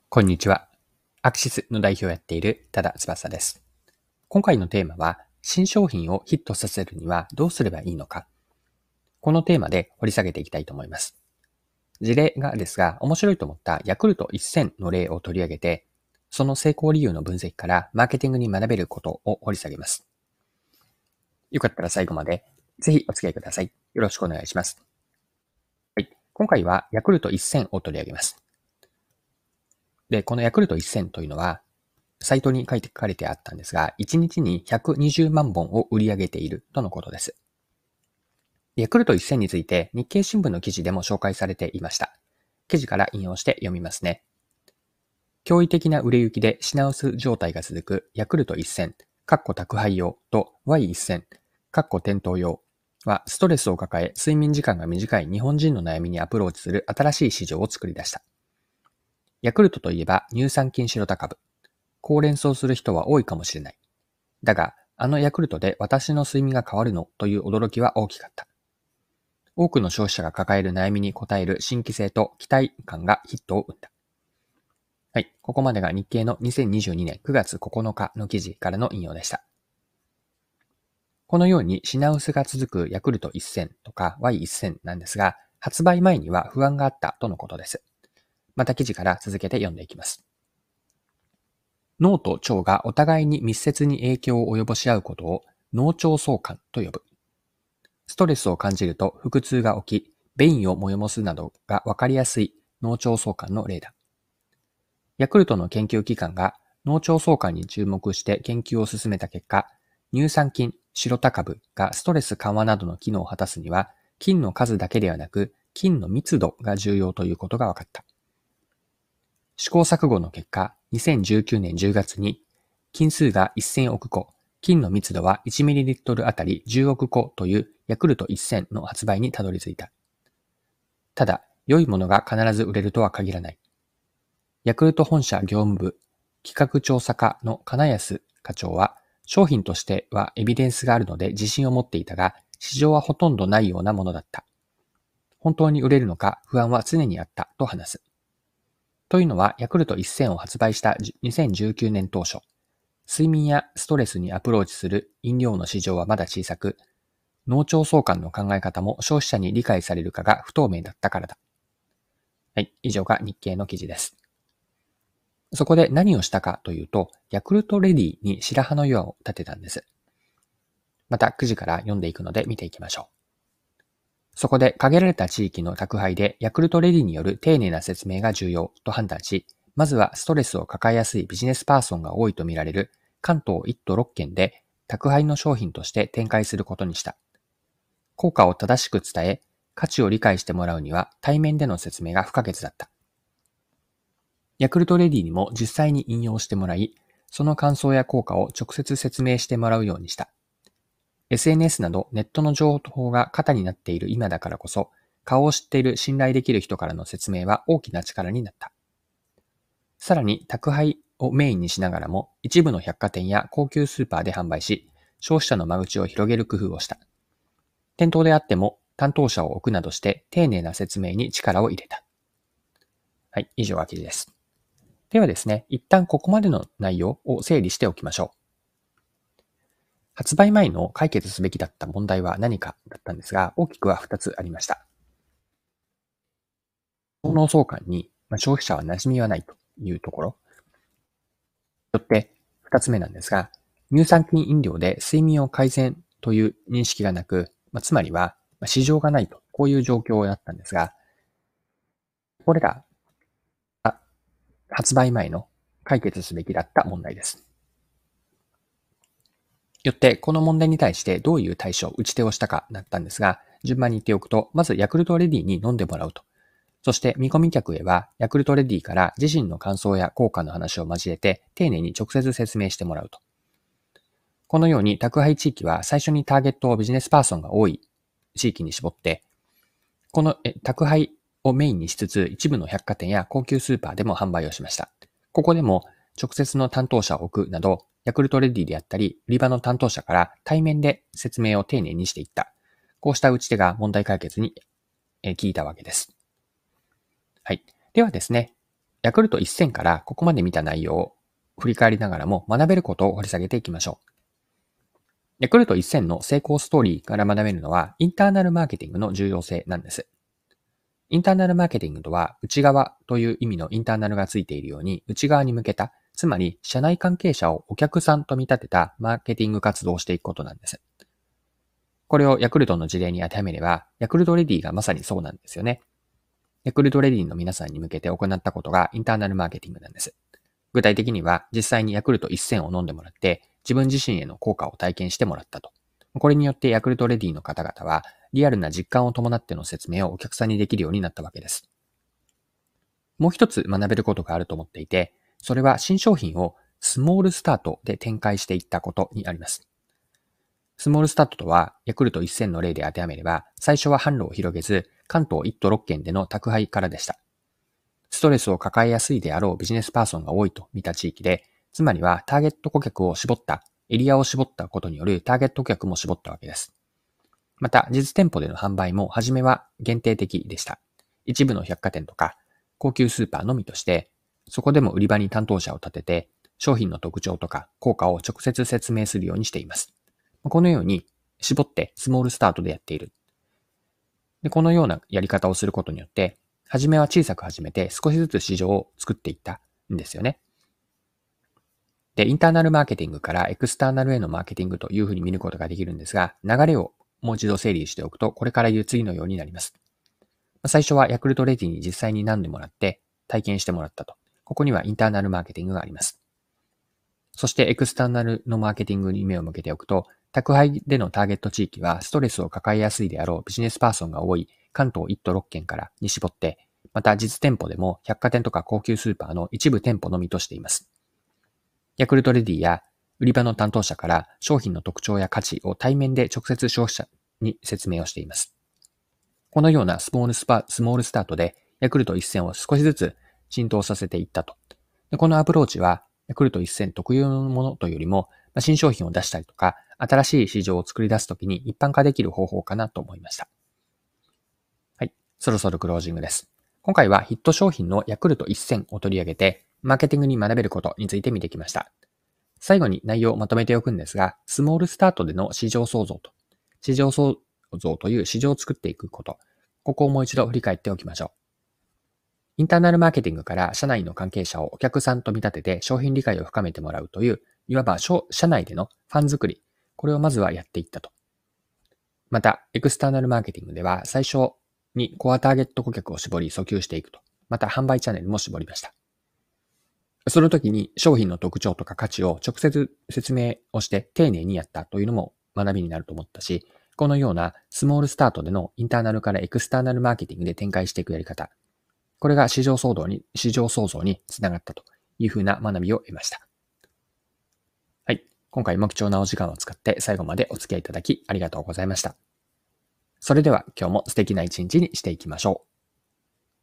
こんにちは。アクシスの代表をやっている多田翼です。今回のテーマは、新商品をヒットさせるにはどうすればいいのか。このテーマで掘り下げていきたいと思います。事例がですが、面白いと思ったヤクルト1000の例を取り上げて、その成功理由の分析からマーケティングに学べることを掘り下げます。よかったら最後までぜひお付き合いください。よろしくお願いします。はい。今回はヤクルト1000を取り上げます。で、このヤクルト1000というのは、サイトに書かれてあったんですが、1日に120万本を売り上げているとのことです。ヤクルト1000について日経新聞の記事でも紹介されていました。記事から引用して読みますね。驚異的な売れ行きで品薄状態が続くヤクルト1000、宅配用と Y1000、店頭用はストレスを抱え睡眠時間が短い日本人の悩みにアプローチする新しい市場を作り出した。ヤクルトといえば乳酸菌シロタ株。こう連想する人は多いかもしれない。だが、あのヤクルトで私の睡眠が変わるのという驚きは大きかった。多くの消費者が抱える悩みに応える新規性と期待感がヒットを生んだ。はい、ここまでが日経の2022年9月9日の記事からの引用でした。このように品薄が続くヤクルト1000とか Y1000 なんですが、発売前には不安があったとのことです。また記事から続けて読んでいきます。脳と腸がお互いに密接に影響を及ぼし合うことを脳腸相関と呼ぶ。ストレスを感じると腹痛が起き、便意を催すなどがわかりやすい脳腸相関の例だ。ヤクルトの研究機関が脳腸相関に注目して研究を進めた結果、乳酸菌、シロタ株がストレス緩和などの機能を果たすには、菌の数だけではなく、菌の密度が重要ということが分かった。試行錯誤の結果、2019年10月に、菌数が1000億個、菌の密度は 1ml あたり10億個というヤクルト1000の発売にたどり着いた。ただ、良いものが必ず売れるとは限らない。ヤクルト本社業務部企画調査課の金安課長は、商品としてはエビデンスがあるので自信を持っていたが、市場はほとんどないようなものだった。本当に売れるのか不安は常にあったと話す。というのは、ヤクルト1000を発売した2019年当初、睡眠やストレスにアプローチする飲料の市場はまだ小さく、脳腸相関の考え方も消費者に理解されるかが不透明だったからだ。はい、以上が日経の記事です。そこで何をしたかというと、ヤクルトレディに白羽の矢を立てたんです。また9時から読んでいくので見ていきましょう。そこで限られた地域の宅配でヤクルトレディによる丁寧な説明が重要と判断し、まずはストレスを抱えやすいビジネスパーソンが多いとみられる関東1都6県で宅配の商品として展開することにした。効果を正しく伝え、価値を理解してもらうには対面での説明が不可欠だった。ヤクルトレディにも実際に引用してもらい、その感想や効果を直接説明してもらうようにした。SNS などネットの情報が過多になっている今だからこそ、顔を知っている信頼できる人からの説明は大きな力になった。さらに宅配をメインにしながらも、一部の百貨店や高級スーパーで販売し、消費者の間口を広げる工夫をした。店頭であっても担当者を置くなどして丁寧な説明に力を入れた。はい、以上が記事です。ではですね、一旦ここまでの内容を整理しておきましょう。発売前の解決すべきだった問題は何かだったんですが、大きくは2つありました。総脳相関に消費者は馴染みはないというところ。よって2つ目なんですが、乳酸菌飲料で睡眠を改善という認識がなく、つまりは市場がないと、こういう状況だったんですが、これら発売前の解決すべきだった問題です。よって、この問題に対してどういう対処、打ち手をしたかだったんですが、順番に言っておくと、まずヤクルトレディに飲んでもらうと。そして見込み客へは、ヤクルトレディから自身の感想や効果の話を交えて、丁寧に直接説明してもらうと。このように宅配地域は最初にターゲットをビジネスパーソンが多い地域に絞って、この宅配をメインにしつつ、一部の百貨店や高級スーパーでも販売をしました。ここでも直接の担当者を置くなど、ヤクルトレディであったり、売り場の担当者から対面で説明を丁寧にしていった。こうした打ち手が問題解決に効いたわけです。はい。ではですね、 ヤクルト1000からここまで見た内容を振り返りながらも学べることを掘り下げていきましょう。ヤクルト1000の成功ストーリーから学べるのはインターナルマーケティングの重要性なんです。インターナルマーケティングとは内側という意味のインターナルがついているように内側に向けた、つまり社内関係者をお客さんと見立てたマーケティング活動をしていくことなんです。これをヤクルトの事例に当てはめれば、ヤクルトレディがまさにそうなんですよね。ヤクルトレディの皆さんに向けて行ったことがインターナルマーケティングなんです。具体的には実際にヤクルト1000を飲んでもらって自分自身への効果を体験してもらったと。これによってヤクルトレディの方々はリアルな実感を伴っての説明をお客さんにできるようになったわけです。もう一つ学べることがあると思っていて、それは新商品をスモールスタートで展開していったことにあります。スモールスタートとは、ヤクルト1000の例で当てはめれば、最初は販路を広げず、関東1都6県での宅配からでした。ストレスを抱えやすいであろうビジネスパーソンが多いと見た地域で、つまりはターゲット顧客を絞った、エリアを絞ったことによるターゲット顧客も絞ったわけです。また、実店舗での販売も初めは限定的でした。一部の百貨店とか、高級スーパーのみとして、そこでも売り場に担当者を立てて、商品の特徴とか効果を直接説明するようにしています。このように絞ってスモールスタートでやっている。で、このようなやり方をすることによって、初めは小さく始めて少しずつ市場を作っていったんですよね。で、インターナルマーケティングからエクスターナルへのマーケティングというふうに見ることができるんですが、流れをもう一度整理しておくと、これから言う次のようになります。最初はヤクルトレディに実際に飲んでもらって体験してもらったと。ここにはインターナルマーケティングがあります。そしてエクスターナルのマーケティングに目を向けておくと、宅配でのターゲット地域はストレスを抱えやすいであろうビジネスパーソンが多い関東1都6県からに絞って、また実店舗でも百貨店とか高級スーパーの一部店舗のみとしています。ヤクルトレディや売り場の担当者から商品の特徴や価値を対面で直接消費者に説明をしています。このようなスモールスタートでヤクルト1000を少しずつ浸透させていったと。このアプローチはヤクルト1000特有のものというよりも、新商品を出したりとか、新しい市場を作り出すときに一般化できる方法かなと思いました。はい。そろそろクロージングです。今回はヒット商品のヤクルト1000を取り上げて、マーケティングに学べることについて見てきました。最後に内容をまとめておくんですが、スモールスタートでの市場創造という市場を作っていくこと。ここをもう一度振り返っておきましょう。インターナルマーケティングから社内の関係者をお客さんと見立てて商品理解を深めてもらうという、いわば社内でのファン作り、これをまずはやっていったと。また、エクスターナルマーケティングでは最初にコアターゲット顧客を絞り訴求していくと。また、販売チャンネルも絞りました。その時に商品の特徴とか価値を直接説明をして丁寧にやったというのも学びになると思ったし、このようなスモールスタートでのインターナルからエクスターナルマーケティングで展開していくやり方、これが市場創造につながったというふうな学びを得ました。はい。今回も貴重なお時間を使って最後までお付き合いいただきありがとうございました。それでは今日も素敵な一日にしていきましょう。